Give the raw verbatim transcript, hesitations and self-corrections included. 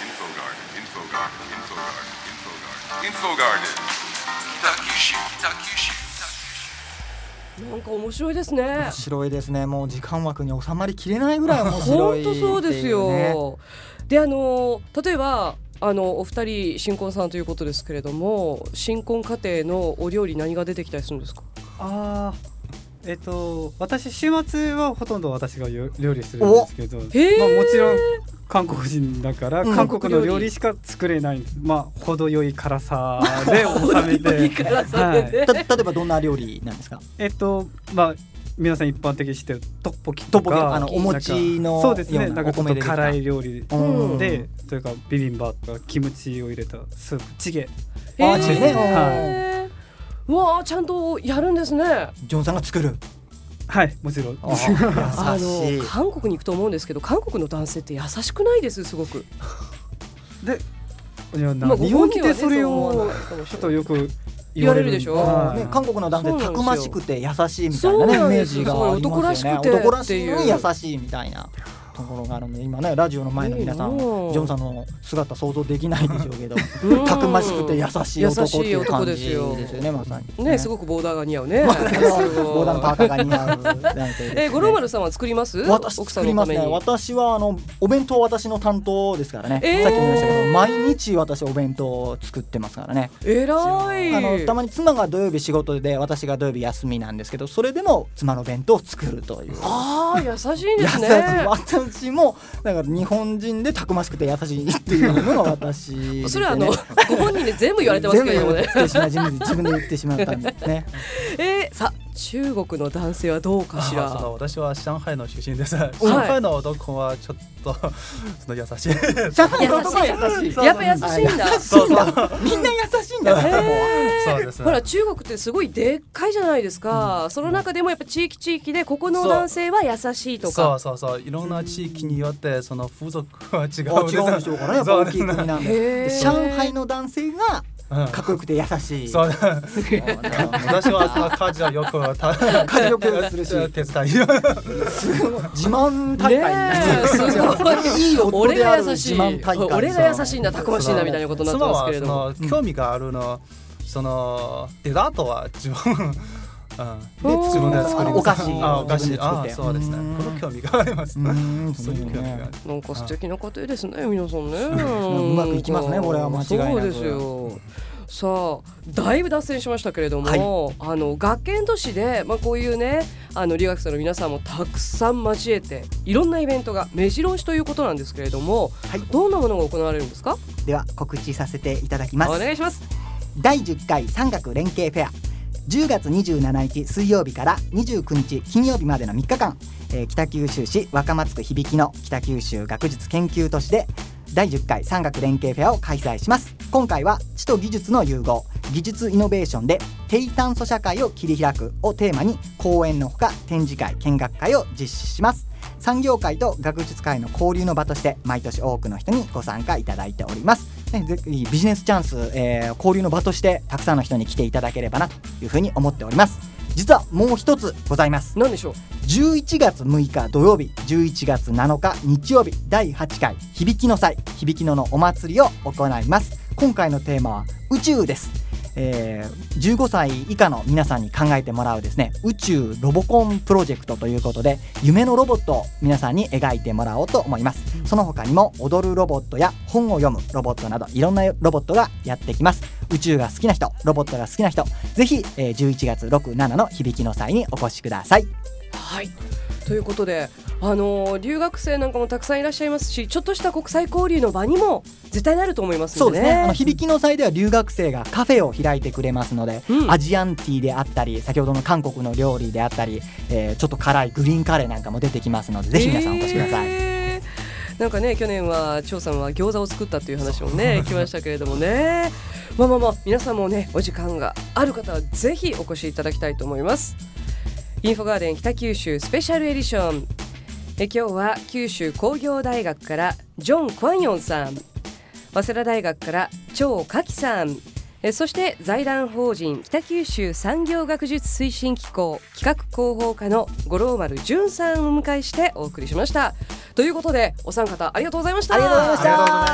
なんか面白いですね。 面白いですね。もう時間枠に収まりきれないぐらい面白いっていう、ね、 本当そうですよ。で、あの例えばあのお二人新婚さんということですけれども、新婚家庭のお料理何が出てきたりするんですか？ あえっと私週末はほとんど私が料理するんですけど、まあ、もちろん韓国人だから、うん、韓国の料理しか作れない、まあ程よい辛さで収めてはい、 た例えばどんな料理なんですか？ えっとまあ皆さん一般的に知ってるトッポキとか、あのお餅のそうですね、なんかちょっと辛い料理で、 うん、 というかビビンバとかキムチを入れたスープ、チゲ、 あチゲね、 はい、 うわーちゃんとやるんですね。 ジョンさんが作る？ はい、もちろん。 あの韓国に行くと思うんですけど、韓国の男性って優しくないです？すごく。 で、いやな、まあ、日本でそれをちょっとよく言われるでしょ、 はいね、韓国の男性たくましくて優しいみたいな、ね、イメージがありますよね。男らしくて男らしいのに優しいみたいなところがあるので、今ねラジオの前の皆さん、ジョンさんの姿想像できないでしょうけど、たくましくて優しい男っていう感じですよね。まさにね, ねすごくボーダーが似合うね。 ボーダーのパーカーが似合う男性です、ね。 えー、五郎丸さんは作ります？ 私作りますね。私はあのお弁当私の担当ですからね、えー、さっきも言いましたけど毎日私お弁当を作ってますからね。 えらい。 あのたまに妻が土曜日仕事で私が土曜日休みなんですけど、それでも妻の弁当を作るという。 あー優しいんですね。 私もだから日本人でたくましくて優しいっていうのが私です、ね、 それはあのご本人で全部言われてますけどね。 自分で言ってしまったんですね。 えー、さ中国の男性はどうかしら。 私は上海の出身です。上海の男はちょっとその優しい。 上海の男は優しい。 やっぱ優しいんだ。 そうそうみんな優しいんだ。 そうです。ほら中国ってすごいでっかいじゃないですか、うん、その中でもやっぱ地域地域でここの男性は優しいとか、 そうそうそう、いろんな地域によってその風俗は違うんです。 違うんでしょうからね。やっぱ大きい国なんで。上海の男性がかっこよくて優しい。 そう私は家事はよく家事よくするし手伝い自慢大会すごいいい夫である自慢大会。 俺が優しいんだたくましいんだみたいなことになってますけれども、 妻はその興味があるの、そのデザートは自分うん、 自分で作ります。 お菓子あお菓子あそうですね。この興味があります。 うんそういう興味がある。 なんか素敵な家庭ですね皆さんね。 うまくいきますねこれは間違いなく。 そうですよ。さあだいぶ脱線しましたけれども、はい、あの学研都市で、まあ、こういうねあの留学生の皆さんもたくさん交えていろんなイベントが目白押しということなんですけれども、はい、どんなものが行われるんですか？ では告知させていただきます。 お願いします。 だいじゅっかい産学連携フェア、じゅうがつにじゅうしちにち水曜日からにじゅうくにち金曜日までのみっかかん、えー、北九州市若松区響の北九州学術研究都市でだいじゅっかい産学連携フェアを開催します。今回は知と技術の融合、技術イノベーションで低炭素社会を切り開くをテーマに講演のほか展示会見学会を実施します。産業界と学術界の交流の場として毎年多くの人にご参加いただいております。ぜひビジネスチャンス、えー、交流の場としてたくさんの人に来ていただければなというふうに思っております。実はもう一つございます。 何でしょう？ じゅういちがつむいか土曜日、じゅういちがつなのか日曜日、だいはちかい響きの祭、響きののお祭りを行います。今回のテーマは宇宙です。えー、じゅうごさい以下の皆さんに考えてもらうですね宇宙ロボコンプロジェクトということで夢のロボットを皆さんに描いてもらおうと思います。その他にも踊るロボットや本を読むロボットなどいろんなロボットがやってきます。宇宙が好きな人、ロボットが好きな人、ぜひ、えー、じゅういちがつろく、しちの響きの祭にお越しください。 はいということで、あのー、留学生なんかもたくさんいらっしゃいますし、ちょっとした国際交流の場にも絶対なると思いますのでね。 そうですね、あの響きの祭では留学生がカフェを開いてくれますので、うん、アジアンティーであったり先ほどの韓国の料理であったり、えー、ちょっと辛いグリーンカレーなんかも出てきますのでぜひ皆さんお越しください。 えー、なんかね去年は張さんは餃子を作ったっていう話もね来ましたけれどもねまあまあまあ皆さんもねお時間がある方はぜひお越しいただきたいと思います。インフォガーデン北九州スペシャルエディション、え今日は九州工業大学からジョン・クワンヨンさん、早稲田大学から張佳樹さん、えそして財団法人北九州産業学術推進機構企画広報課の五郎丸淳さんをお迎えしてお送りしました。ということでお三方ありがとうございました。 ありがとうございました。